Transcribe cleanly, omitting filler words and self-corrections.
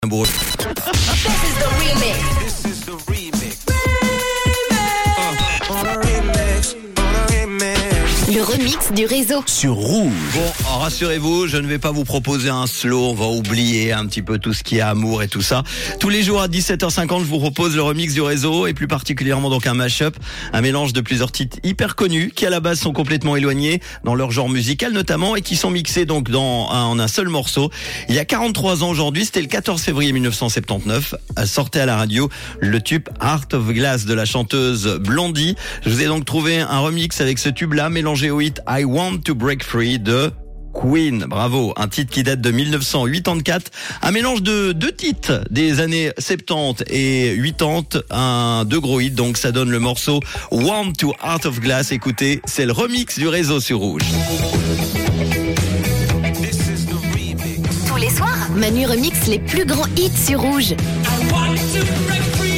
Amoureux. Le remix du réseau. Sur Rouge. Bon, rassurez-vous, je ne vais pas vous proposer un slow, on va oublier un petit peu tout ce qui est amour et tout ça. Tous les jours à 17h50, je vous propose le remix du réseau et plus particulièrement donc un mash-up, un mélange de plusieurs titres hyper connus qui à la base sont complètement éloignés dans leur genre musical notamment et qui sont mixés donc en un seul morceau. Il y a 43 ans aujourd'hui, c'était le 14 février 1979, sortait à la radio le tube Heart of Glass de la chanteuse Blondie. Je vous ai donc trouvé un remix avec ce tube-là mélangé au hit I Want to Break Free de Queen. Bravo, un titre qui date de 1984, un mélange de deux titres des années 70 et 80, deux gros hits, donc ça donne le morceau Want to Heart of Glass. Écoutez, c'est le remix du réseau sur Rouge. Tous les soirs, Manu remix les plus grands hits sur Rouge. I want to break free.